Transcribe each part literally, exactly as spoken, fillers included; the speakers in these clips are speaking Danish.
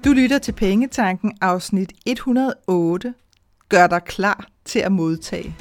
Du lytter til Pengetanken afsnit et hundrede og otte. Gør dig klar til at modtage.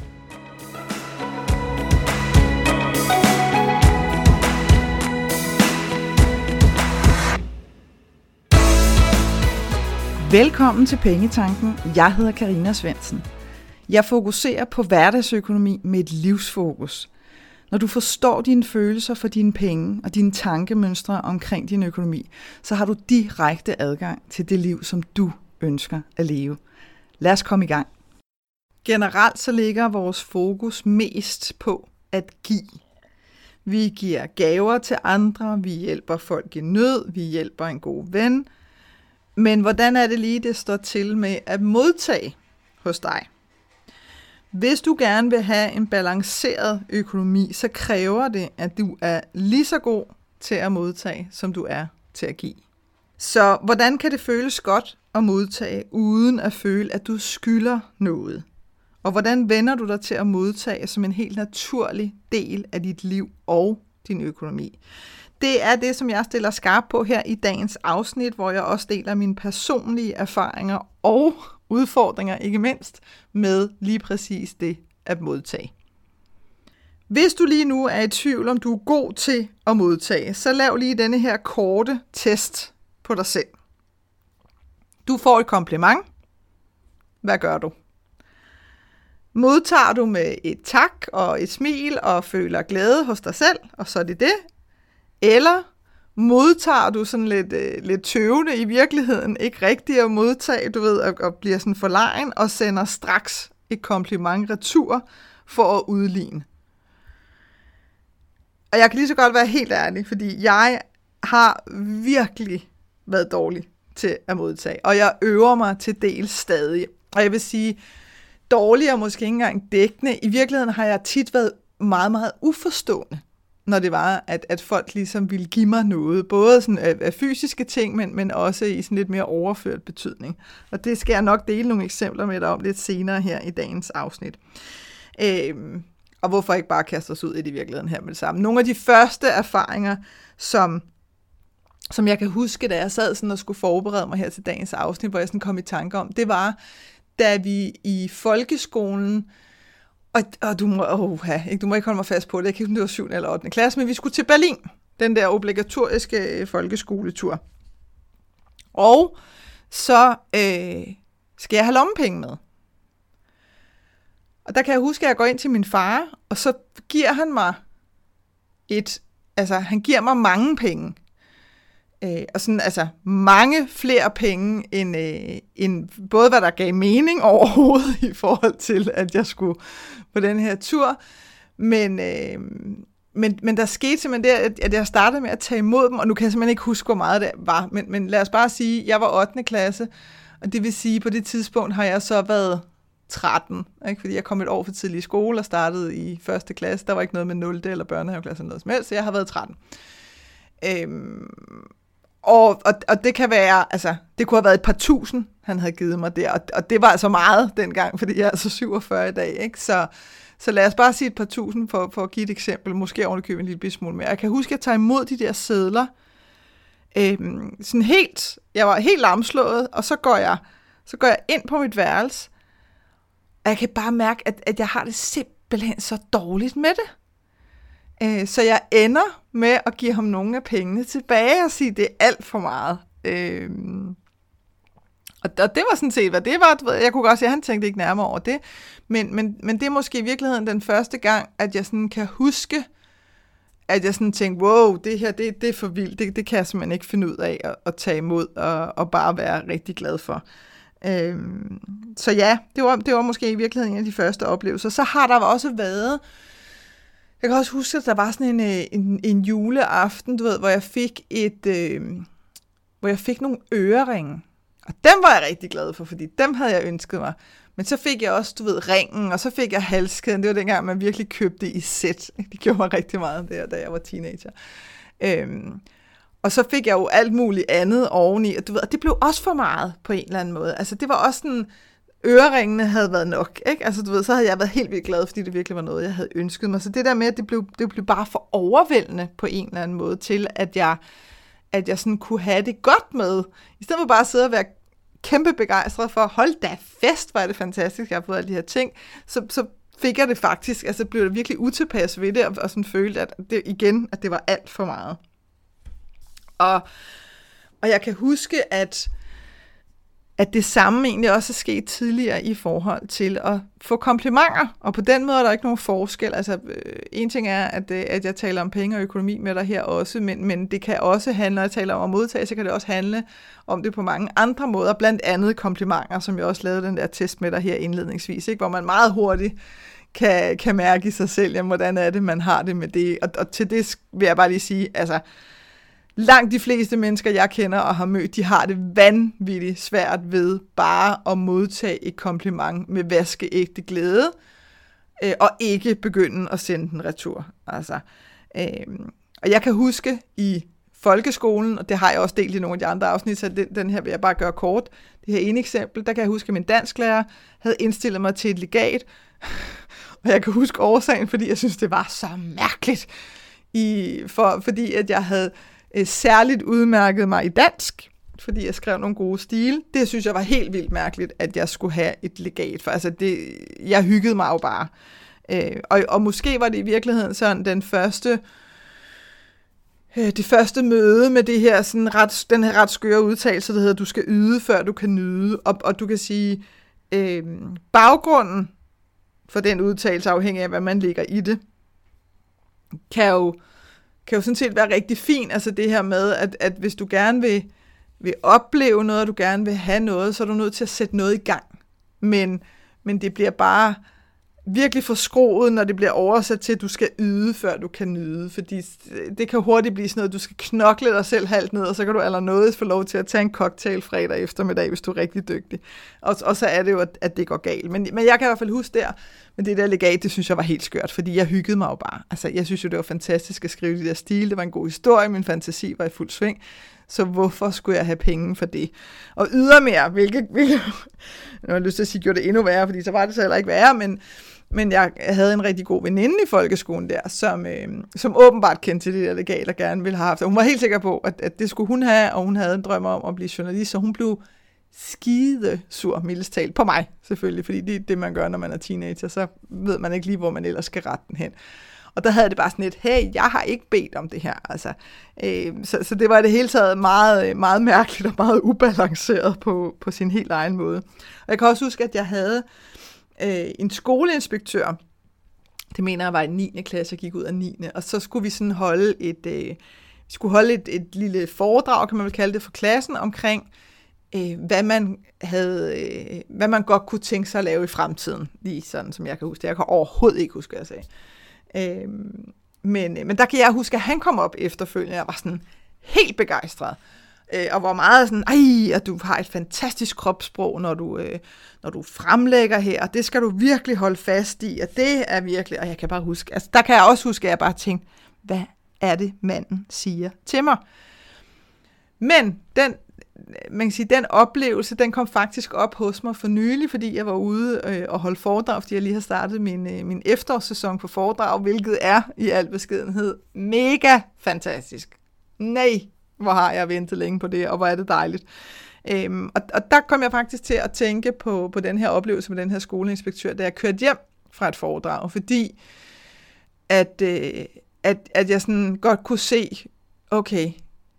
Velkommen til Pengetanken. Jeg hedder Karina Svendsen. Jeg fokuserer på hverdagsøkonomi med et livsfokus. Når du forstår dine følelser for dine penge og dine tankemønstre omkring din økonomi, så har du direkte adgang til det liv, som du ønsker at leve. Lad os komme i gang. Generelt så ligger vores fokus mest på at give. Vi giver gaver til andre, vi hjælper folk i nød, vi hjælper en god ven. Men hvordan er det lige, det står til med at modtage hos dig? Hvis du gerne vil have en balanceret økonomi, så kræver det, at du er lige så god til at modtage, som du er til at give. Så hvordan kan det føles godt at modtage, uden at føle, at du skylder noget? Og hvordan vender du dig til at modtage som en helt naturlig del af dit liv og din økonomi? Det er det, som jeg stiller skarp på her i dagens afsnit, hvor jeg også deler mine personlige erfaringer og udfordringer, ikke mindst, med lige præcis det at modtage. Hvis du lige nu er i tvivl, om du er god til at modtage, så lav lige denne her korte test på dig selv. Du får et kompliment. Hvad gør du? Modtager du med et tak og et smil og føler glæde hos dig selv, og så er det det? Eller modtager du sådan lidt, øh, lidt tøvende i virkeligheden, ikke rigtigt at modtage, du ved, og, og bliver sådan forlegen, og sender straks et kompliment retur for at udligne. Og jeg kan lige så godt være helt ærlig, fordi jeg har virkelig været dårlig til at modtage, og jeg øver mig til dels stadig. Og jeg vil sige, dårlig og måske ikke engang dækkende. I virkeligheden har jeg tit været meget, meget uforstående, når det var, at, at folk ligesom ville give mig noget, både sådan af, af fysiske ting, men, men også i sådan lidt mere overført betydning. Og det skal jeg nok dele nogle eksempler med dig om lidt senere her i dagens afsnit. Øhm, og hvorfor ikke bare kaste os ud i det i virkeligheden her med det samme. Nogle af de første erfaringer, som, som jeg kan huske, da jeg sad sådan og skulle forberede mig her til dagens afsnit, hvor jeg sådan kom i tanke om, det var, da vi i folkeskolen, Og, og du, må, oh, ikke, du må ikke holde mig fast på det, jeg kan ikke, om det var syvende eller ottende klasse, men vi skulle til Berlin, den der obligatoriske folkeskoletur. Og så øh, skal jeg have lommepenge med. Og der kan jeg huske, at jeg går ind til min far, og så giver han mig et, altså han giver mig mange penge. Øh, og sådan, altså mange flere penge, end, øh, end både hvad der gav mening overhovedet i forhold til, at jeg skulle på den her tur. Men, øh, men, men der skete simpelthen det, at jeg startede med at tage imod dem, og nu kan jeg simpelthen ikke huske, hvor meget det var. Men, men lad os bare sige, at jeg var ottende klasse, og det vil sige, at på det tidspunkt har jeg så været tretten, ikke? Fordi jeg kom et år for tidlig i skole og startede i første klasse. Der var ikke noget med nul eller børnehaveklasse eller noget som helst, så jeg har været tretten. Øhm, Og, og, og det kan være, altså, det kunne have været et par tusind, han havde givet mig der, og, og det var altså meget dengang, fordi jeg er altså syvogfyrre i dag, ikke? Så, så lad os bare sige et par tusind for, for at give et eksempel, måske ovenikøbet en lille smule mere. Jeg kan huske, at jeg tager imod de der sedler, øhm, sådan helt, jeg var helt lamslået, og så går jeg, så går jeg ind på mit værelse, og jeg kan bare mærke, at, at jeg har det simpelthen så dårligt med det. Så jeg ender med at give ham nogle af pengene tilbage og sige, at det er alt for meget. Øhm, og det var sådan set, hvad det var. Jeg kunne godt sige, at han tænkte ikke nærmere over det. Men, men, men det er måske i virkeligheden den første gang, at jeg sådan kan huske, at jeg sådan tænkte, wow, det her, det, det er for vildt. Det, det kan jeg simpelthen ikke finde ud af at, at tage imod og, og bare være rigtig glad for. Øhm, så ja, det var, det var måske i virkeligheden en af de første oplevelser. Så har der også været... Jeg kan også huske, at der var sådan en, en, en juleaften, du ved, hvor jeg fik et, øh, hvor jeg fik nogle øreringe. Og dem var jeg rigtig glad for, fordi dem havde jeg ønsket mig. Men så fik jeg også, du ved, ringen, og så fik jeg halskæden. Det var dengang, man virkelig købte i sæt. Det gjorde mig rigtig meget der, da jeg var teenager. Øhm, og så fik jeg jo alt muligt andet oveni, og du ved, og det blev også for meget på en eller anden måde. Altså, det var også sådan... Øreringene havde været nok, ikke? Altså, du ved, så havde jeg været helt vildt glad, fordi det virkelig var noget, jeg havde ønsket mig. Så det der med, at det blev, det blev bare for overvældende på en eller anden måde til, at jeg at jeg sådan kunne have det godt med, i stedet for bare at sidde og være kæmpe begejstret for, hold da fest, hvor er det fantastisk, jeg har fået alle de her ting, så, så fik jeg det faktisk, altså blev det virkelig utilpas ved det, og, og sådan følte, at det igen, at det var alt for meget. Og, og jeg kan huske, at at det samme egentlig også er sket tidligere i forhold til at få komplimenter, og på den måde er der ikke nogen forskel. Altså, øh, en ting er, at, øh, at jeg taler om penge og økonomi med dig her også, men, men det kan også handle, når jeg taler om at modtage, så kan det også handle om det på mange andre måder, blandt andet komplimenter, som jeg også lavede den der test med dig her indledningsvis, ikke? Hvor man meget hurtigt kan, kan mærke i sig selv, jamen, hvordan er det, man har det med det. Og, og til det vil jeg bare lige sige, altså, langt de fleste mennesker, jeg kender og har mødt, de har det vanvittigt svært ved bare at modtage et kompliment med vaskeægte glæde, øh, og ikke begynde at sende den retur. Altså, øh, og jeg kan huske i folkeskolen, og det har jeg også delt i nogle af de andre afsnit, så den, den her vil jeg bare gøre kort. Det her ene eksempel, der kan jeg huske, at min dansklærer havde indstillet mig til et legat, og jeg kan huske årsagen, fordi jeg synes, det var så mærkeligt, i, for, fordi at jeg havde særligt udmærket mig i dansk, fordi jeg skrev nogle gode stile. Det synes jeg var helt vildt mærkeligt, at jeg skulle have et legat, for altså det, jeg hyggede mig jo bare. Øh, og, og måske var det i virkeligheden sådan den første, øh, det første møde med det her, sådan ret, den her ret skøre udtalelse, der hedder, du skal yde, før du kan nyde. Og, og du kan sige, øh, baggrunden for den udtalelse, afhængig af, hvad man lægger i det, kan jo kan jo sådan set være rigtig fint, altså det her med, at, at hvis du gerne vil, vil opleve noget, og du gerne vil have noget, så er du nødt til at sætte noget i gang. Men, men det bliver bare virkelig forskroet, når det bliver oversat til, at du skal yde, før du kan nyde, fordi det kan hurtigt blive sådan noget, du skal knokle dig selv halvt ned, og så kan du allernådigt få lov til at tage en cocktail fredag eftermiddag, hvis du er rigtig dygtig. Og, og så er det jo, at, at det går galt. Men, men jeg kan i hvert fald huske der, men det der legat, det synes jeg var helt skørt, fordi jeg hyggede mig jo bare. Altså, jeg synes jo, det var fantastisk at skrive de der stil, det var en god historie, min fantasi var i fuld sving, så hvorfor skulle jeg have penge for det? Og ydermere, hvilket, hvilket jeg har lyst til at sige, gjorde det endnu værre, fordi så var det så heller ikke værre, men Men jeg havde en rigtig god veninde i folkeskolen der, som, øh, som åbenbart kendte til det der legat og gerne ville have haft. Og hun var helt sikker på, at, at det skulle hun have, og hun havde en drøm om at blive journalist, så hun blev skide sur, mildest talt, på mig selvfølgelig, fordi det er det, man gør, når man er teenager, så ved man ikke lige, hvor man ellers skal rette den hen. Og der havde det bare sådan et, hey, jeg har ikke bedt om det her. Altså, øh, så, så det var i det hele taget meget, meget mærkeligt og meget ubalanceret på, på sin helt egen måde. Og jeg kan også huske, at jeg havde øh, en skoleinspektør, det mener jeg var i niende klasse, jeg gik ud af niende, og så skulle vi sådan holde et, øh, vi skulle holde et, et lille foredrag, kan man vel kalde det, for klassen omkring, øh, hvad man havde, øh, hvad man godt kunne tænke sig at lave i fremtiden, lige sådan som jeg kan huske det. Jeg kan overhovedet ikke huske, hvad jeg sagde. Øhm, men, men der kan jeg huske, at han kom op efterfølgende, jeg var sådan helt begejstret, øh, og var meget sådan, ej, at du har et fantastisk kropssprog, når du, øh, når du fremlægger her, og det skal du virkelig holde fast i, og det er virkelig, og jeg kan bare huske, altså der kan jeg også huske, at jeg bare tænkte, hvad er det, manden siger til mig? Men den, man kan sige, den oplevelse, den kom faktisk op hos mig for nylig, fordi jeg var ude øh, og holde foredrag, fordi jeg lige har startet min, øh, min efterårssæson på foredrag, hvilket er i al beskedenhed mega fantastisk. Nej, hvor har jeg ventet længe på det, og hvor er det dejligt. Øhm, og, og der kom jeg faktisk til at tænke på, på den her oplevelse med den her skoleinspektør, da jeg kørte hjem fra et foredrag, fordi at, øh, at, at jeg sådan godt kunne se, okay,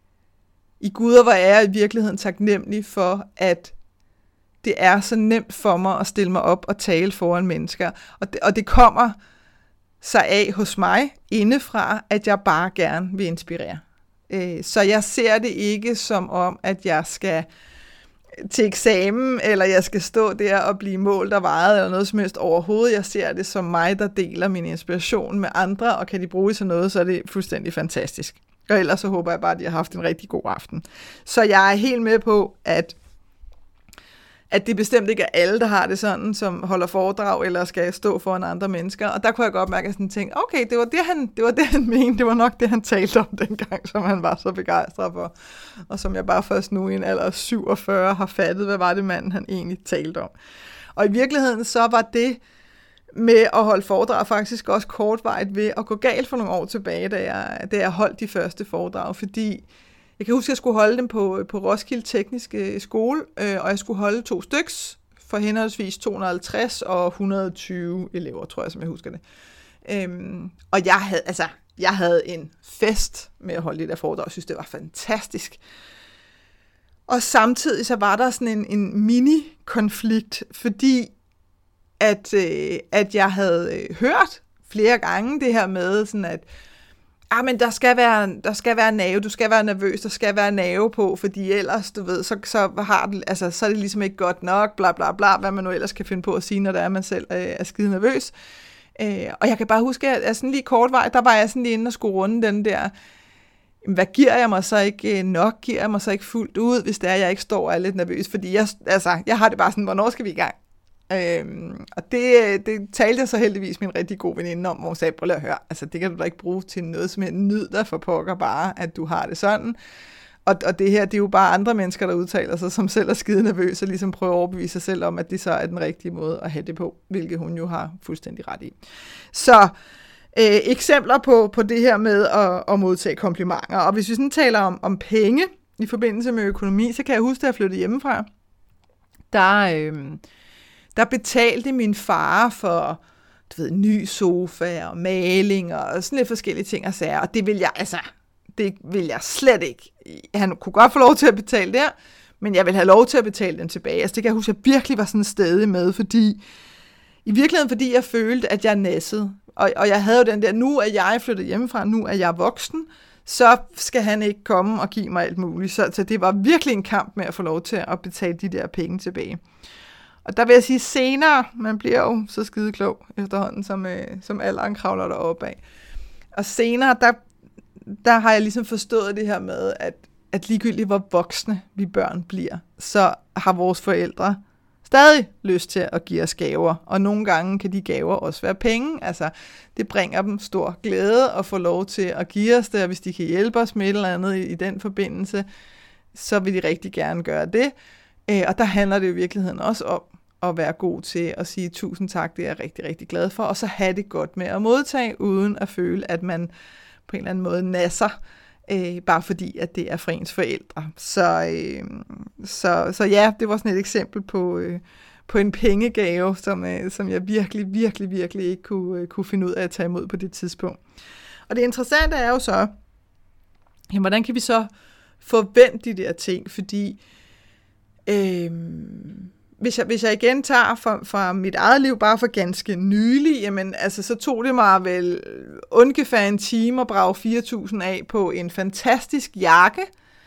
i Gud, og hvor er jeg i virkeligheden taknemmelig for, at det er så nemt for mig at stille mig op og tale foran mennesker. Og det, og det kommer sig af hos mig indefra, at jeg bare gerne vil inspirere. Så jeg ser det ikke som om, at jeg skal til eksamen, eller jeg skal stå der og blive målt og vejet, eller noget som helst overhovedet. Jeg ser det som mig, der deler min inspiration med andre, og kan de bruge til noget, så er det fuldstændig fantastisk. Og ellers så håber jeg bare, at de har haft en rigtig god aften. Så jeg er helt med på, at, at det bestemt ikke er alle, der har det sådan, som holder foredrag, eller skal stå foran andre mennesker. Og der kunne jeg godt mærke, at jeg sådan tænkte, okay, det var det, han, det var det, han mente. Det var nok det, han talte om dengang, som han var så begejstret for. Og som jeg bare først nu i en alder af syvogfyrre har fattet, hvad var det manden, han egentlig talte om. Og i virkeligheden så var det med at holde foredrag faktisk også kortvarigt ved at gå galt for nogle år tilbage, da jeg, da jeg holdt de første foredrag, fordi Jeg kan huske, at jeg skulle holde dem på, på Roskilde Tekniske Skole, øh, og jeg skulle holde to styks for henholdsvis to hundrede og halvtreds og et hundrede og tyve elever, tror jeg, som jeg husker det. Øhm, og jeg havde, altså, jeg havde en fest med at holde det der foredrag. Jeg synes, det var fantastisk. Og samtidig så var der sådan en, en mini-konflikt, fordi at, øh, at jeg havde øh, hørt flere gange det her med, sådan at ah, men der skal være, der skal være nerve, du skal være nervøs, der skal være nerve på, fordi ellers, du ved, så, så, har det, altså, så er det ligesom ikke godt nok, bla bla bla, hvad man nu ellers kan finde på at sige, når det er, man selv øh, er skide nervøs. Øh, og jeg kan bare huske, at, at sådan lige kort vej, der var jeg sådan lige inde og skulle runde den der, hvad giver jeg mig så ikke nok, giver jeg mig så ikke fuldt ud, hvis det er, jeg ikke står og er lidt nervøs, fordi jeg, altså, jeg har det bare sådan, hvornår skal vi i gang? Øhm, og det, det talte jeg så heldigvis min rigtig gode veninde om, hvor hun sagde, prøv at høre, altså det kan du da ikke bruge til noget som helst, nyd dig for pokker bare, at du har det sådan. Og, og det her, det er jo bare andre mennesker, der udtaler sig, som selv er skide nervøse, og ligesom prøver at overbevise sig selv om, at det så er den rigtige måde at have det på, hvilket hun jo har fuldstændig ret i. Så øh, eksempler på, på det her med at, at modtage komplimenter, og hvis vi sådan taler om, om penge i forbindelse med økonomi, så kan jeg huske, at jeg flyttede hjemmefra, der øh, der betalte min far for, du ved, ny sofa og maling og sådan lidt forskellige ting og sager, og det vil jeg, altså, det vil jeg slet ikke. Han kunne godt få lov til at betale der, men jeg vil have lov til at betale den tilbage. Altså det kan jeg huske, at jeg virkelig var sådan stedig med, fordi, i virkeligheden fordi jeg følte, at jeg nassede, og, og jeg havde jo den der, nu er jeg flyttet hjemmefra, nu er jeg voksen, så skal han ikke komme og give mig alt muligt, så, så det var virkelig en kamp med at få lov til at betale de der penge tilbage. Og der vil jeg sige senere, man bliver jo så skide klog efterhånden, som, øh, som alderen kravler deroppe af. Og senere, der, der har jeg ligesom forstået det her med, at, at ligegyldigt hvor voksne vi børn bliver, så har vores forældre stadig lyst til at give os gaver. Og nogle gange kan de gaver også være penge. Altså, det bringer dem stor glæde at få lov til at give os det, og hvis de kan hjælpe os med et eller andet i, i den forbindelse, så vil de rigtig gerne gøre det. Og der handler det i virkeligheden også om at være god til at sige tusind tak, det er jeg rigtig, rigtig glad for, og så have det godt med at modtage, uden at føle, at man på en eller anden måde nasser, øh, bare fordi, at det er fra ens forældre. Så, øh, så, så ja, det var sådan et eksempel på, øh, på en pengegave, som, øh, som jeg virkelig, virkelig, virkelig ikke kunne, øh, kunne finde ud af at tage imod på det tidspunkt. Og det interessante er jo så, jamen, hvordan kan vi så forvente de der ting, fordi Øhm, hvis, jeg, hvis jeg igen tager fra, fra mit eget liv, bare for ganske nylig, jamen, altså, så tog det mig vel ungefær en time at brage fire tusind af på en fantastisk jakke,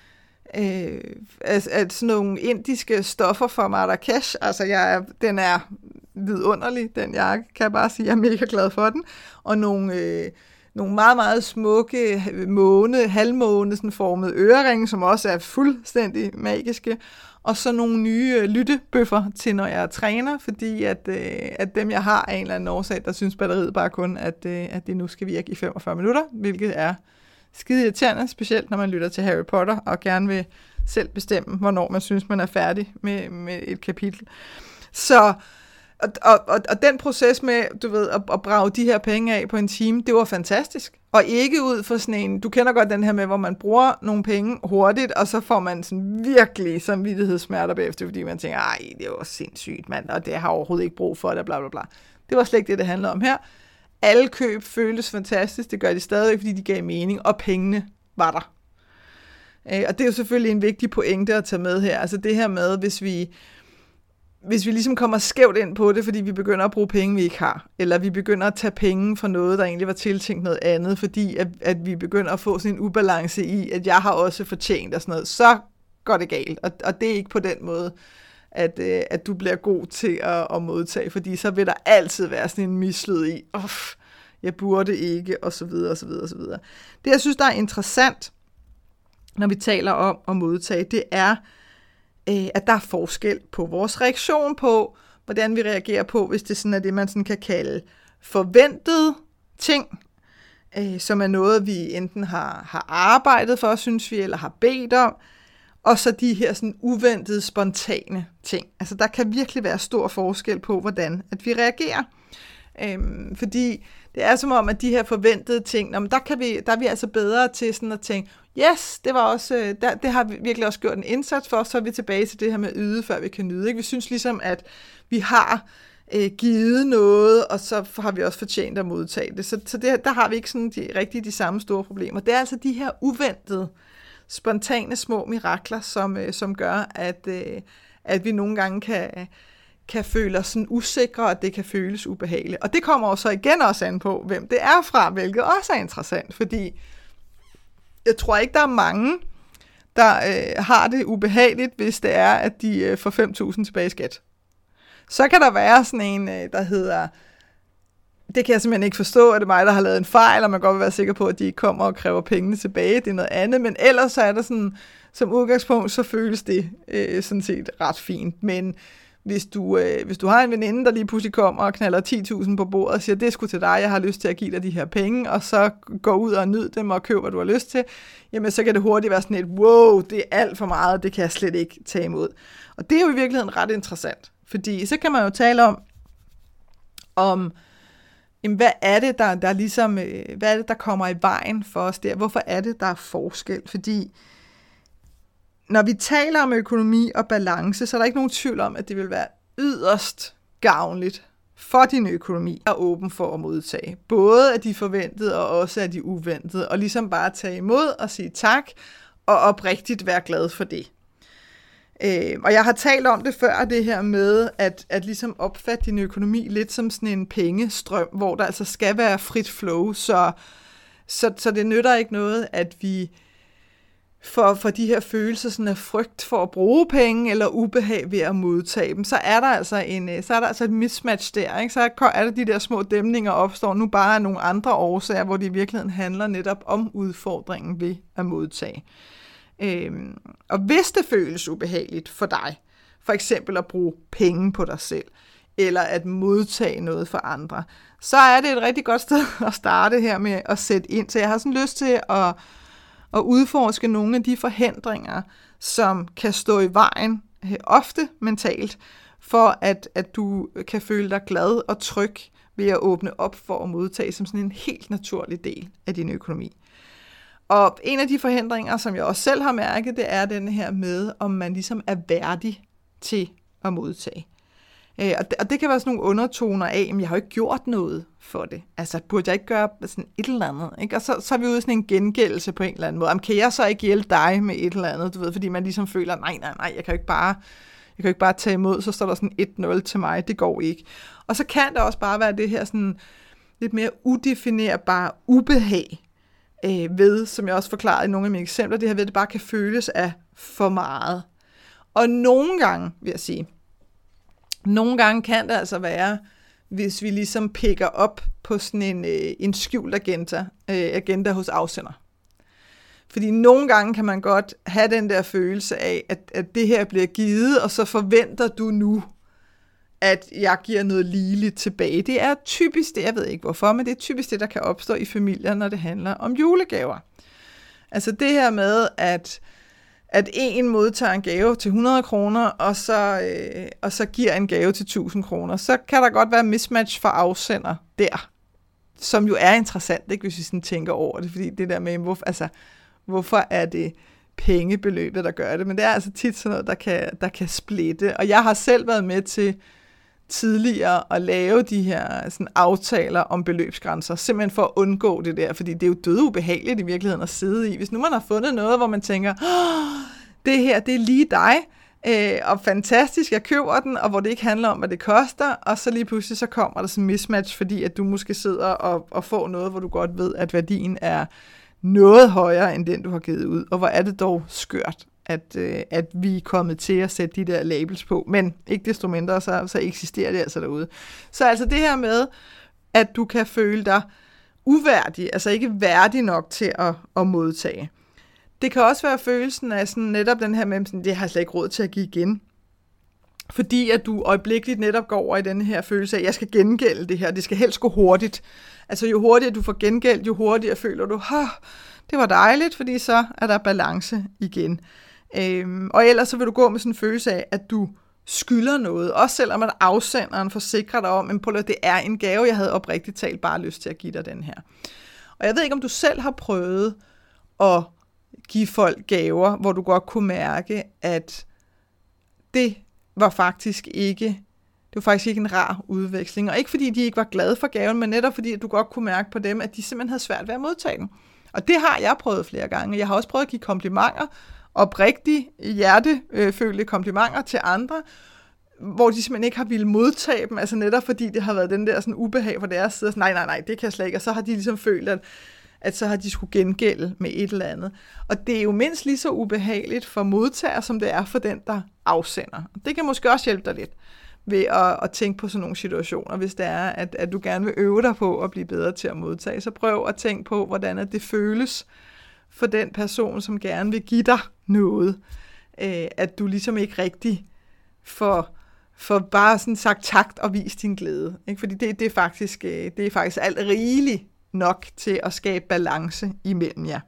øh, altså, altså sådan nogle indiske stoffer fra Marrakesh. Altså, jeg er, den er vidunderlig, den jakke, kan jeg bare sige. Jeg er mega glad for den. Og nogle Øh, Nogle meget, meget smukke måne, halvmåne, sådan formede øreringe, som også er fuldstændig magiske. Og så nogle nye lyttebøffer til, når jeg træner, fordi at, at dem, jeg har af en eller anden årsag, der synes batteriet bare kun, at, at det nu skal virke i femogfyrre minutter, hvilket er skide irriterende, specielt når man lytter til Harry Potter, og gerne vil selv bestemme, hvornår man synes, man er færdig med, med et kapitel. Så Og, og, og, og den proces med, du ved, at, at brage de her penge af på en time, det var fantastisk. Og ikke ud for sådan en, du kender godt den her med, hvor man bruger nogle penge hurtigt, og så får man sådan virkelig samvittighedssmerter bagefter, fordi man tænker, ej, det var sindssygt, mand, og det har overhovedet ikke brug for det, bla bla bla. Det var slet ikke det, det handlede om her. Alle køb føltes fantastisk, det gør de stadig, fordi de gav mening, og pengene var der. Øh, og det er jo selvfølgelig en vigtig pointe at tage med her. Altså det her med, hvis vi Hvis vi ligesom kommer skævt ind på det, fordi vi begynder at bruge penge, vi ikke har, eller vi begynder at tage penge for noget, der egentlig var tiltænkt noget andet, fordi at, at vi begynder at få sådan en ubalance i, at jeg har også fortjent og sådan noget, så går det galt. Og, og det er ikke på den måde, at, at du bliver god til at, at modtage, fordi så vil der altid være sådan en mislyd i, uff, jeg burde ikke, og så videre, og så videre, og så videre. Det, jeg synes, der er interessant, når vi taler om at modtage, det er, at der er forskel på vores reaktion på, hvordan vi reagerer på, hvis det sådan er det, man sådan kan kalde forventede ting, øh, som er noget, vi enten har, har arbejdet for, synes vi, eller har bedt om, og så de her sådan uventede, spontane ting. Altså der kan virkelig være stor forskel på, hvordan at vi reagerer. Øhm, fordi det er som om, at de her forventede ting, nå, men der, kan vi, der er vi altså bedre til sådan at tænke, yes, det, var også, der, det har vi virkelig også gjort en indsats for, så er vi tilbage til det her med at yde, før vi kan nyde. Ikke? Vi synes ligesom, at vi har øh, givet noget, og så har vi også fortjent at modtage det. Så, så det, der har vi ikke sådan de, rigtig de samme store problemer. Det er altså de her uventede, spontane små mirakler, som, øh, som gør, at, øh, at vi nogle gange kan, kan føle os sådan usikre, og at det kan føles ubehageligt. Og det kommer jo så igen også an på, hvem det er fra, hvilket også er interessant, fordi jeg tror ikke, der er mange, der øh, har det ubehageligt, hvis det er, at de øh, får fem tusind tilbage i skat. Så kan der være sådan en, øh, der hedder, det kan jeg simpelthen ikke forstå, at det er mig, der har lavet en fejl, og man kan godt være sikker på, at de ikke kommer og kræver pengene tilbage, det er noget andet, men ellers så er der sådan, som udgangspunkt, så føles det øh, sådan set ret fint, men hvis du, øh, hvis du har en veninde, der lige pludselig kommer og knalder ti tusind på bordet og siger, det er sgu til dig, jeg har lyst til at give dig de her penge, og så går ud og nyd dem og køber, hvad du har lyst til, jamen så kan det hurtigt være sådan et, wow, det er alt for meget, det kan jeg slet ikke tage imod. Og det er jo i virkeligheden ret interessant, fordi så kan man jo tale om, om jamen, hvad er det, der, der ligesom, øh, hvad er det, der kommer i vejen for os der? Hvorfor er det, der er forskel? Fordi når vi taler om økonomi og balance, så er der ikke nogen tvivl om, at det vil være yderst gavnligt for din økonomi at åben for at modtage. Både af de forventede og også af de uventede. Og ligesom bare tage imod og sige tak, og oprigtigt være glad for det. Øh, og jeg har talt om det før, det her med at, at ligesom opfatte din økonomi lidt som sådan en pengestrøm, hvor der altså skal være frit flow, så, så, så det nytter ikke noget, at vi for, for de her følelser sådan af frygt for at bruge penge eller ubehag ved at modtage dem, så er der altså, en, så er der altså et mismatch der, ikke? Så er der de der små dæmninger opstår nu bare af nogle andre årsager, hvor det i virkeligheden handler netop om udfordringen ved at modtage. Øhm, og hvis det føles ubehageligt for dig, for eksempel at bruge penge på dig selv, eller at modtage noget for andre, så er det et rigtig godt sted at starte her med at sætte ind. Så jeg har sådan lyst til at, at udforske nogle af de forhindringer, som kan stå i vejen, ofte mentalt, for at, at du kan føle dig glad og tryg ved at åbne op for at modtage som sådan en helt naturlig del af din økonomi. Og en af de forhindringer, som jeg også selv har mærket, det er den her med, om man ligesom er værdig til at modtage. Øh, og, det, og det kan være sådan nogle undertoner af, at jeg har jo ikke gjort noget for det. Altså, burde jeg ikke gøre sådan et eller andet? Ikke? Og så, så er vi ude i sådan en gengældelse på en eller anden måde. Jamen, kan jeg så ikke hjælpe dig med et eller andet? Du ved, fordi man ligesom føler, nej, nej, nej, jeg kan jo ikke bare, jeg kan jo ikke bare tage imod, så står der sådan et nul til mig, det går ikke. Og så kan det også bare være det her sådan lidt mere udefinerbare ubehag, Øh, ved, som jeg også forklarede i nogle af mine eksempler, det her ved, at det bare kan føles af for meget. Og nogle gange, vil jeg sige, nogle gange kan det altså være, hvis vi ligesom picker op på sådan en, øh, en skjult agenda, øh, agenda hos afsender. Fordi nogle gange kan man godt have den der følelse af, at, at det her bliver givet, og så forventer du nu, at jeg giver noget ligeligt tilbage. Det er typisk det, jeg ved ikke hvorfor, men det er typisk det, der kan opstå i familier, når det handler om julegaver. Altså det her med, at, at en modtager en gave til hundrede kroner, og så, øh, og så giver en gave til tusind kroner, så kan der godt være mismatch for afsender der, som jo er interessant, ikke, hvis vi sådan tænker over det, fordi det der med, hvor, altså, hvorfor er det pengebeløbet, der gør det, men det er altså tit sådan noget, der kan, der kan splitte, og jeg har selv været med til tidligere at lave de her sådan, aftaler om beløbsgrænser, simpelthen for at undgå det der, fordi det er jo døde ubehageligt i virkeligheden at sidde i. Hvis nu man har fundet noget, hvor man tænker, oh, det her, det er lige dig, øh, og fantastisk, jeg køber den, og hvor det ikke handler om, hvad det koster, og så lige pludselig så kommer der sådan en mismatch, fordi at du måske sidder og, og får noget, hvor du godt ved, at værdien er noget højere, end den du har givet ud, og hvor er det dog skørt, at, øh, at vi er kommet til at sætte de der labels på, men ikke desto mindre, så, så eksisterer det altså derude. Så altså det her med, at du kan føle dig uværdig, altså ikke værdig nok til at, at modtage. Det kan også være følelsen af sådan netop den her med, sådan, det har jeg slet ikke råd til at give igen. Fordi at du øjeblikkeligt netop går over i den her følelse af, at jeg skal gengælde det her, det skal helst gå hurtigt. Altså jo hurtigere du får gengældt, jo hurtigere føler du, oh, det var dejligt, fordi så er der balance igen. Øhm, og ellers så vil du gå med sådan en følelse af, at du skylder noget, også selvom at afsenderen forsikrer dig om, at det er en gave, jeg havde oprigtigt talt bare lyst til at give dig den her. Og jeg ved ikke, om du selv har prøvet at give folk gaver, hvor du godt kunne mærke, at det var faktisk ikke, det var faktisk ikke en rar udveksling. Og ikke fordi de ikke var glade for gaven, men netop fordi, at du godt kunne mærke på dem, at de simpelthen havde svært ved at modtage den. Og det har jeg prøvet flere gange. Jeg har også prøvet at give komplimenter, oprigtige, hjertefølte komplimenter til andre, hvor de simpelthen ikke har ville modtage dem, altså netop fordi det har været den der sådan ubehag for deres side, nej, nej, nej, det kan jeg slet ikke, og så har de ligesom følt, at, at så har de skulle gengælde med et eller andet. Og det er jo mindst lige så ubehageligt for modtager, som det er for den, der afsender. Det kan måske også hjælpe dig lidt ved at, at tænke på sådan nogle situationer, hvis det er, at, at du gerne vil øve dig på at blive bedre til at modtage. Så prøv at tænke på, hvordan det føles for den person, som gerne vil give dig noget. Øh, at du ligesom ikke rigtig får, får bare sådan sagt tak og vist din glæde. Ikke? Fordi det, det, er faktisk, det er faktisk alt rigeligt nok til at skabe balance imellem jer.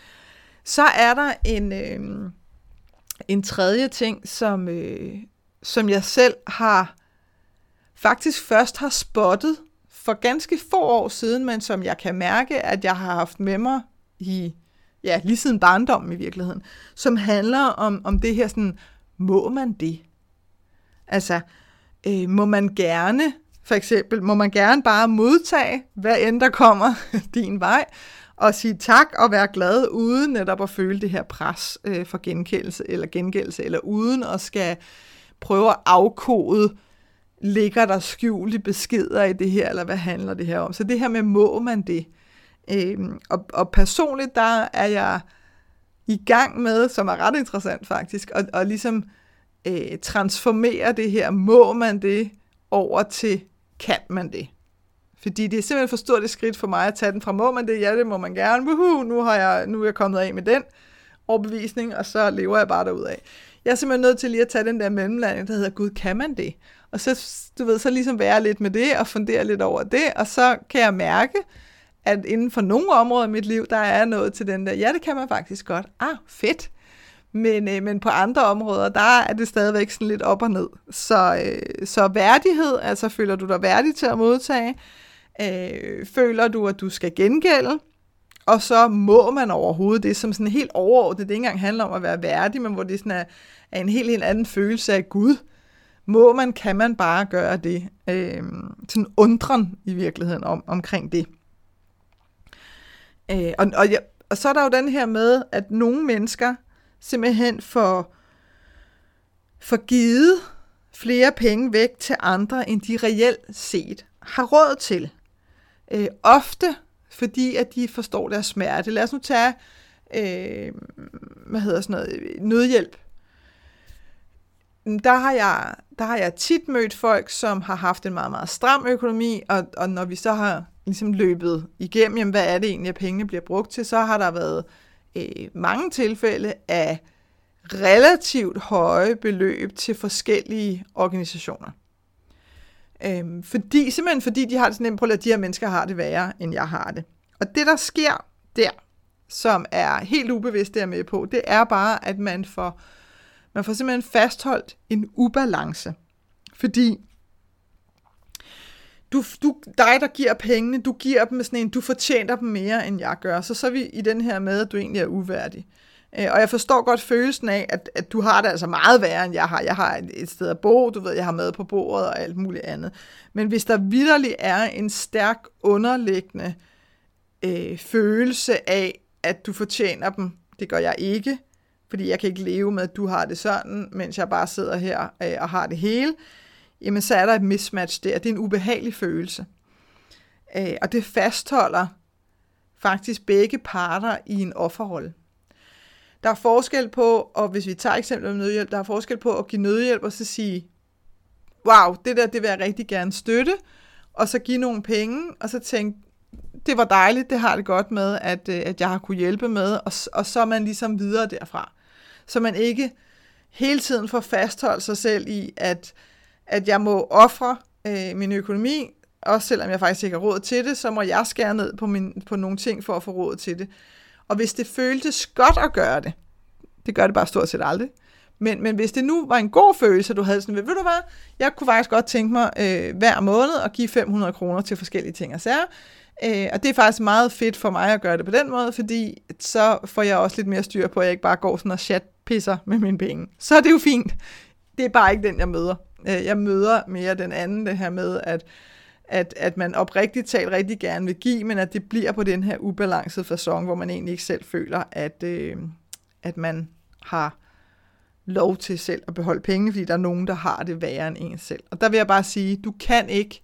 Så er der en, øh, en tredje ting, som, øh, som jeg selv har faktisk først har spottet for ganske få år siden, men som jeg kan mærke, at jeg har haft med mig i, ja, lige siden barndommen i virkeligheden, som handler om, om det her sådan, må man det? Altså, øh, må man gerne, for eksempel, må man gerne bare modtage, hvad end der kommer din vej, og sige tak og være glad, uden netop at føle det her pres øh, for gengældelse eller gengældelse, eller uden at skal prøve at afkode, ligger der skjulte beskeder i det her, eller hvad handler det her om? Så det her med, må man det? Øhm, og, og personligt, der er jeg i gang med, som er ret interessant faktisk, at, at ligesom øh, transformere det her, må man det, over til, kan man det? Fordi det er simpelthen for stort et skridt for mig at tage den fra, må man det? Ja, det må man gerne. Woohoo, nu, har jeg, nu er jeg kommet af med den overbevisning, og så lever jeg bare derudad. Jeg er simpelthen nødt til lige at tage den der mellemlanding, der hedder, gud, kan man det? Og så, du ved, så ligesom være lidt med det, og fundere lidt over det, og så kan jeg mærke, at inden for nogle områder i mit liv, der er noget til den der, ja, det kan man faktisk godt. Ah, fedt. Men, øh, men på andre områder, der er det stadigvæk sådan lidt op og ned. Så, øh, så værdighed, altså føler du dig værdig til at modtage, øh, føler du, at du skal gengælde, og så må man overhovedet det, som sådan helt overordnet, det ikke engang handler om at være værdig, men hvor det sådan er, er en helt, helt anden følelse af Gud. Må man, kan man bare gøre det. Øh, sådan undren i virkeligheden om, omkring det. Øh, og, og, ja, og så er der jo den her med, at nogle mennesker simpelthen får, får givet flere penge væk til andre, end de reelt set har råd til. Øh, ofte fordi, at de forstår deres smerte. Lad os nu tage øh, hvad hedder sådan noget, nødhjælp. Der har, jeg, der har jeg tit mødt folk, som har haft en meget, meget stram økonomi, og, og når vi så har ligesom løbet igennem, jamen, hvad er det egentlig, at pengene bliver brugt til, så har der været øh, mange tilfælde af relativt høje beløb til forskellige organisationer. Øhm, fordi, simpelthen fordi de har det sådan nemt på, at de her mennesker har det værre, end jeg har det. Og det, der sker der, som er helt ubevidst der med på, det er bare, at man får, man får simpelthen fastholdt en ubalance. Fordi du, du, dig, der giver pengene, du giver dem med sådan en, du fortjener dem mere, end jeg gør. Så så er vi i den her med, at du egentlig er uværdig. Og jeg forstår godt følelsen af, at, at du har det altså meget værre, end jeg har. Jeg har et, et sted at bo, du ved, jeg har mad på bordet og alt muligt andet. Men hvis der vitterligt er en stærk underliggende øh, følelse af, at du fortjener dem, det gør jeg ikke, fordi jeg kan ikke leve med, at du har det sådan, mens jeg bare sidder her øh, og har det hele, jamen så er der et mismatch der. Det er en ubehagelig følelse. Øh, og det fastholder faktisk begge parter i en offerrolle. Der er forskel på, og hvis vi tager eksempel om nødhjælp, der er forskel på at give nødhjælp og så sige, wow, det der, det vil jeg rigtig gerne støtte, og så give nogle penge, og så tænke, det var dejligt, det har det godt med, at, at jeg har kunne hjælpe med, og, og så er man ligesom videre derfra. Så man ikke hele tiden får fastholdt sig selv i, at, at jeg må ofre øh, min økonomi, også selvom jeg faktisk ikke har råd til det, så må jeg skære ned på, min, på nogle ting for at få råd til det. Og hvis det føltes godt at gøre det, det gør det bare stort set aldrig, Men, men hvis det nu var en god følelse, du havde sådan, ved du hvad, jeg kunne faktisk godt tænke mig øh, hver måned at give fem hundrede kroner til forskellige ting og sager. Øh, og det er faktisk meget fedt for mig at gøre det på den måde, fordi så får jeg også lidt mere styr på, at jeg ikke bare går sådan og chatpisser med mine penge. Så er det jo fint. Det er bare ikke den, jeg møder. Øh, jeg møder mere den anden, det her med, at, at, at man oprigtigt talt rigtig gerne vil give, men at det bliver på den her ubalancede facon, hvor man egentlig ikke selv føler, at, øh, at man har lov til selv at beholde penge, fordi der er nogen, der har det værre end en selv. Og der vil jeg bare sige, du kan ikke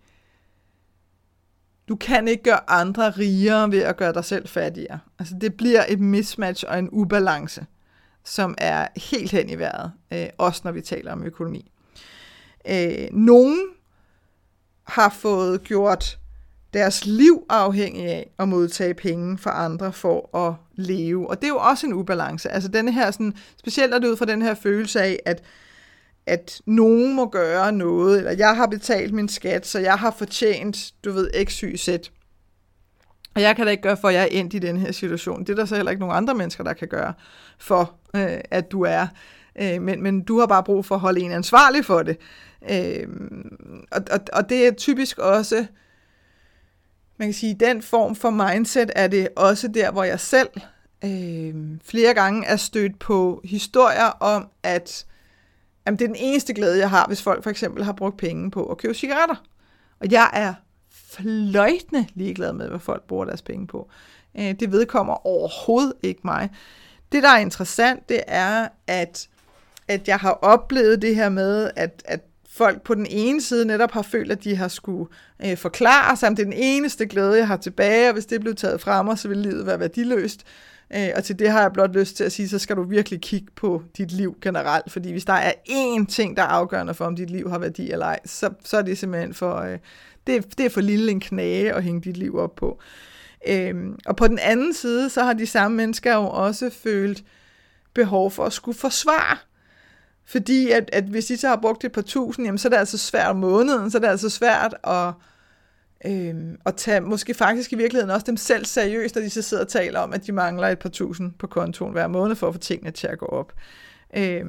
du kan ikke gøre andre rigere ved at gøre dig selv fattigere. Altså det bliver et mismatch og en ubalance, som er helt hen i vejret, øh, også når vi taler om økonomi. Øh, nogen har fået gjort deres liv afhængig af at modtage penge fra andre for at leve. Og det er jo også en ubalance. Altså denne her, sådan, specielt er det ud fra den her følelse af, at, at nogen må gøre noget, eller jeg har betalt min skat, så jeg har fortjent, du ved, x, y, z. Og jeg kan da ikke gøre for, at jeg er endt i den her situation. Det er der så heller ikke nogen andre mennesker, der kan gøre for, øh, at du er. Øh, men, men du har bare brug for at holde en ansvarlig for det. Øh, og, og, og det er typisk også, man kan sige, den form for mindset er det også der, hvor jeg selv øh, flere gange er stødt på historier om, at jamen, det er den eneste glæde, jeg har, hvis folk for eksempel har brugt penge på at købe cigaretter. Og jeg er fløjtende ligeglad med, hvad folk bruger deres penge på. Øh, det vedkommer overhovedet ikke mig. Det, der er interessant, det er, at, at jeg har oplevet det her med, at, at folk på den ene side netop har følt, at de har skulle øh, forklare sig, om det er den eneste glæde, jeg har tilbage, og hvis det blev taget fra mig, så vil livet være værdiløst. Øh, og til det har jeg blot lyst til at sige, så skal du virkelig kigge på dit liv generelt, fordi hvis der er én ting, der er afgørende for, om dit liv har værdi eller ej, så, så er det simpelthen for, øh, det, det er for lille en knage at hænge dit liv op på. Øh, og på den anden side, så har de samme mennesker jo også følt behov for at skulle forsvare. Fordi at, at hvis de så har brugt et par tusind, jamen, så er det altså svært om måneden, så er det altså svært at, øh, at tage måske faktisk i virkeligheden også dem selv seriøst, når de så sidder og taler om, at de mangler et par tusind på kontoen hver måned for at få tingene til at gå op. Øh,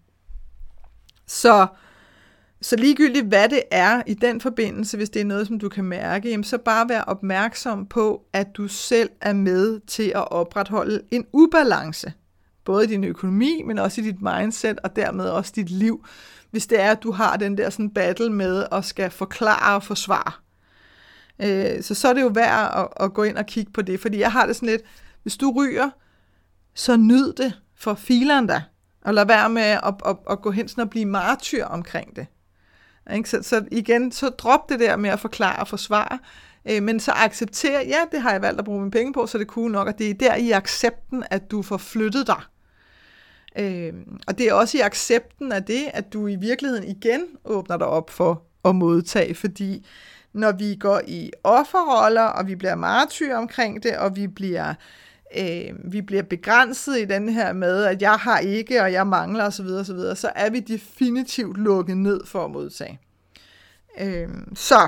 så, så ligegyldigt hvad det er i den forbindelse, hvis det er noget, som du kan mærke, jamen, så bare vær opmærksom på, at du selv er med til at opretholde en ubalance. Både i din økonomi, men også i dit mindset, og dermed også dit liv, hvis det er, at du har den der sådan battle med at skal forklare og forsvare. Øh, så så er det jo værd at, at gå ind og kigge på det, fordi jeg har det sådan lidt, hvis du ryger, så nyd det for fileren da, og lad være med at, at, at gå hen sådan og blive martyr omkring det. Ikke? Så, så igen, så drop det der med at forklare og forsvare, øh, men så accepter, ja, det har jeg valgt at bruge mine penge på, så det er cool nok, og det er der i accepten, at du får flyttet dig. Øh, og det er også i accepten af det, at du i virkeligheden igen åbner dig op for at modtage, fordi når vi går i offerroller, og vi bliver martyr omkring det, og vi bliver, øh, vi bliver begrænset i den her med, at jeg har ikke, og jeg mangler osv., osv., så er vi definitivt lukket ned for at modtage. Øh, så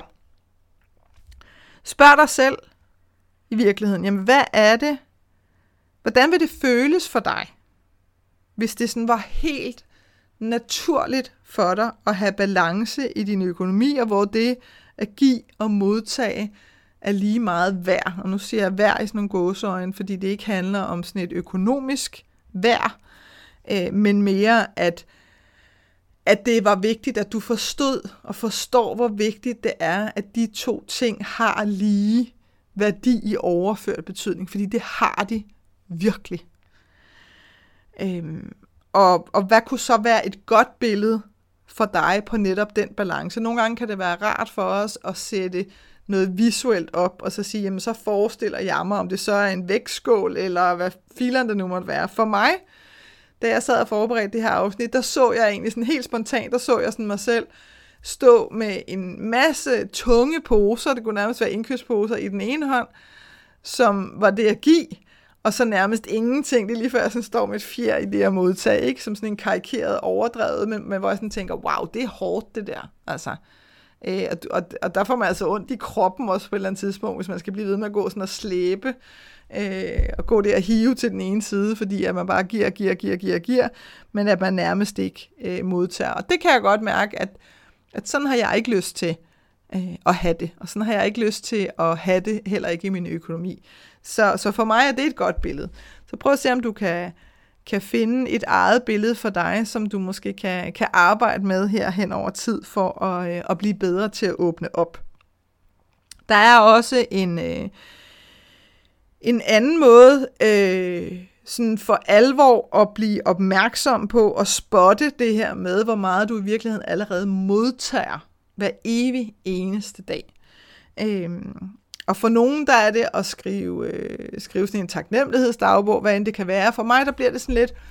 spørg dig selv i virkeligheden, jamen hvad er det, hvordan vil det føles for dig, hvis det sådan var helt naturligt for dig at have balance i din økonomi, og hvor det at give og modtage er lige meget værd. Og nu siger jeg værd i sådan nogle gåseøjne, fordi det ikke handler om sådan et økonomisk værd, øh, men mere at, at det var vigtigt, at du forstod og forstår, hvor vigtigt det er, at de to ting har lige værdi i overført betydning, fordi det har de virkelig. Øhm, og, og hvad kunne så være et godt billede for dig på netop den balance? Nogle gange kan det være rart for os at sætte noget visuelt op, og så sige, jamen så forestiller jeg mig, om det så er en vægtskål, eller hvad filerne det nu måtte være. For mig, da jeg sad og forberedte det her afsnit, der så jeg egentlig sådan helt spontant, der så jeg sådan mig selv stå med en masse tunge poser, det kunne nærmest være indkøbsposer i den ene hånd, som var det at give, og så nærmest ingenting. Det er lige før jeg sådan står med et fjer i det at modtage, ikke? Som sådan en karikeret overdrevet, men, men hvor jeg sådan tænker, wow, det er hårdt det der. Altså, Øh, og, og, og der får man altså ondt i kroppen også på et eller andet tidspunkt, hvis man skal blive ved med at gå sådan og slæbe, øh, og gå der og hive til den ene side, fordi at man bare giver, giver, giver, giver, giver, men at man nærmest ikke øh, modtager. Og det kan jeg godt mærke, at, at sådan har jeg ikke lyst til øh, at have det, og sådan har jeg ikke lyst til at have det, heller ikke i min økonomi. Så, så for mig er det et godt billede. Så prøv at se, om du kan, kan finde et eget billede for dig, som du måske kan, kan arbejde med her hen over tid, for at, øh, at blive bedre til at åbne op. Der er også en, øh, en anden måde, øh, sådan for alvor at blive opmærksom på og spotte det her med, hvor meget du i virkeligheden allerede modtager hver evig eneste dag. Øh, Og for nogen, der er det at skrive, øh, skrive sådan en taknemmelighedsdagbog, hvad end det kan være. For mig, der bliver det sådan lidt...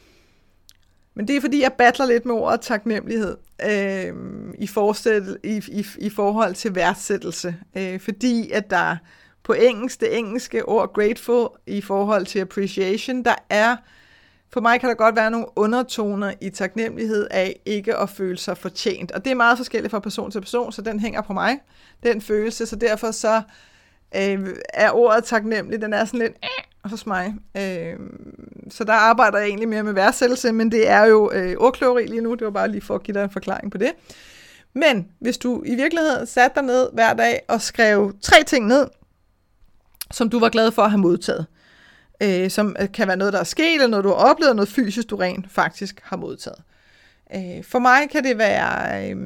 Men det er, fordi jeg battler lidt med ordet taknemmelighed øh, i, i, i, i forhold til værdsættelse. Øh, fordi at der på engelsk, det engelske ord grateful i forhold til appreciation, der er... For mig kan der godt være nogle undertoner i taknemmelighed af ikke at føle sig fortjent. Og det er meget forskelligt fra person til person, så den hænger på mig, den følelse. Så derfor så øh, er ordet taknemmelig, den er sådan lidt øh, hos mig. Øh, så der arbejder jeg egentlig mere med værdsættelse, men det er jo øh, ordkløveri lige nu. Det var bare lige for at give dig en forklaring på det. Men hvis du i virkeligheden satte dig ned hver dag og skrev tre ting ned, som du var glad for at have modtaget, Øh, som kan være noget, der er sket, eller noget, du har oplevet, noget fysisk, du rent faktisk har modtaget. Øh, for mig kan det være, øh,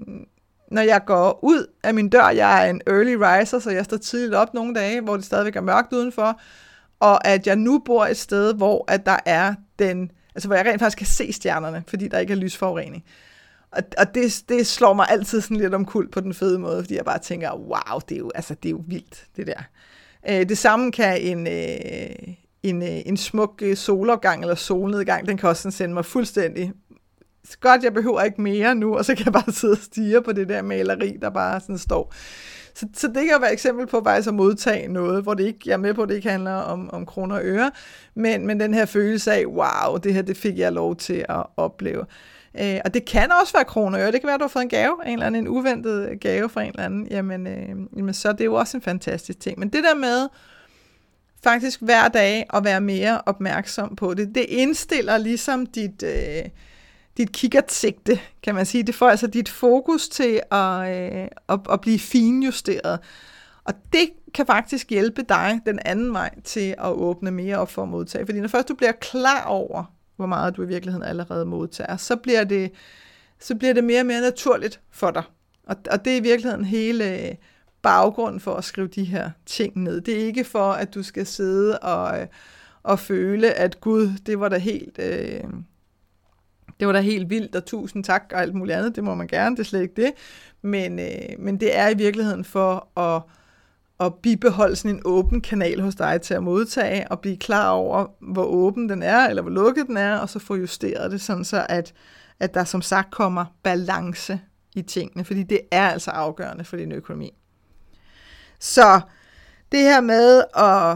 når jeg går ud af min dør, jeg er en early riser, så jeg står tidligt op nogle dage, hvor det stadigvæk er mørkt udenfor, og at jeg nu bor et sted, hvor at der er den, altså hvor jeg rent faktisk kan se stjernerne, fordi der ikke er lysforurening. Og, og det, det slår mig altid sådan lidt omkuld på den fede måde, fordi jeg bare tænker, wow, det er jo, altså, det er jo vildt, det der. Øh, det samme kan en, øh, en, øh, en smuk solopgang eller solnedgang, den kan også sådan sende mig fuldstændig. Godt, jeg behøver ikke mere nu, og så kan jeg bare sidde og stirre på det der maleri, der bare sådan står. Så, så det kan jo være et eksempel på faktisk at modtage noget, hvor det ikke, jeg er med på, at det ikke handler om, om kroner og øre, men, men den her følelse af, wow, det her det fik jeg lov til at opleve. Øh, og det kan også være kroner og øre. Det kan være, at du har fået en gave, en eller anden en uventet gave fra en eller anden. Jamen, øh, jamen, så er det jo også en fantastisk ting. Men det der med faktisk hver dag at være mere opmærksom på det, det indstiller ligesom dit, øh, dit kikkertsigte, kan man sige. Det får altså dit fokus til at, øh, at, at blive finjusteret. Og det kan faktisk hjælpe dig den anden vej til at åbne mere op for at modtage. Fordi når først du bliver klar over, hvor meget du i virkeligheden allerede modtager, så bliver det, så bliver det mere og mere naturligt for dig. Og, og det er i virkeligheden hele baggrunden for at skrive de her ting ned. Det er ikke for, at du skal sidde og, og føle, at Gud, det var da helt, øh, det var da helt vildt, og tusind tak og alt muligt andet. Det må man gerne, det er slet ikke det. Men, øh, men det er i virkeligheden for at og bibeholde sådan en åben kanal hos dig til at modtage, og blive klar over, hvor åben den er, eller hvor lukket den er, og så få justeret det, sådan så at, at der som sagt kommer balance i tingene, fordi det er altså afgørende for din økonomi. Så det her med at,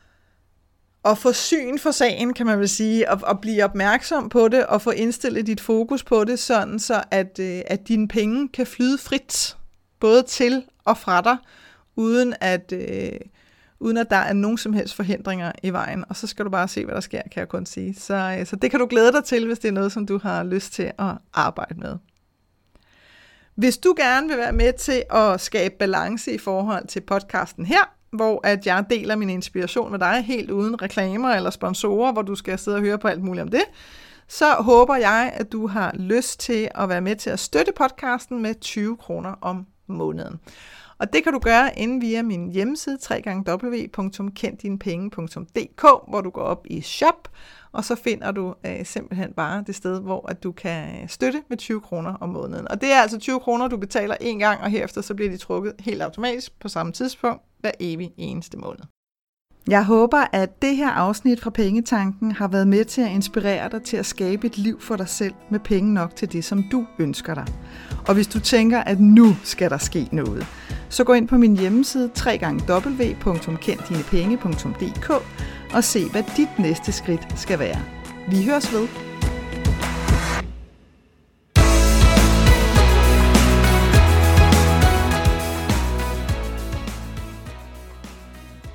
at få syn for sagen, kan man vel sige, og at blive opmærksom på det, og få indstillet dit fokus på det, sådan så at, at dine penge kan flyde frit, både til og fra dig, uden at, øh, uden at der er nogen som helst forhindringer i vejen. Og så skal du bare se, hvad der sker, kan jeg kun sige. Så, øh, så det kan du glæde dig til, hvis det er noget, som du har lyst til at arbejde med. Hvis du gerne vil være med til at skabe balance i forhold til podcasten her, hvor at jeg deler min inspiration med dig, helt uden reklamer eller sponsorer, hvor du skal sidde og høre på alt muligt om det, så håber jeg, at du har lyst til at være med til at støtte podcasten med tyve kroner om måneden. Og det kan du gøre inde via min hjemmeside w w w punktum kend dine penge punktum d k, hvor du går op i shop, og så finder du øh, simpelthen bare det sted, hvor at du kan støtte med tyve kroner om måneden. Og det er altså tyve kroner, du betaler en gang, og herefter så bliver de trukket helt automatisk på samme tidspunkt hver evig eneste måned. Jeg håber, at det her afsnit fra Pengetanken har været med til at inspirere dig til at skabe et liv for dig selv med penge nok til det, som du ønsker dig. Og hvis du tænker, at nu skal der ske noget, så gå ind på min hjemmeside w w w punktum kend dine penge punktum d k og se, hvad dit næste skridt skal være. Vi høres ved.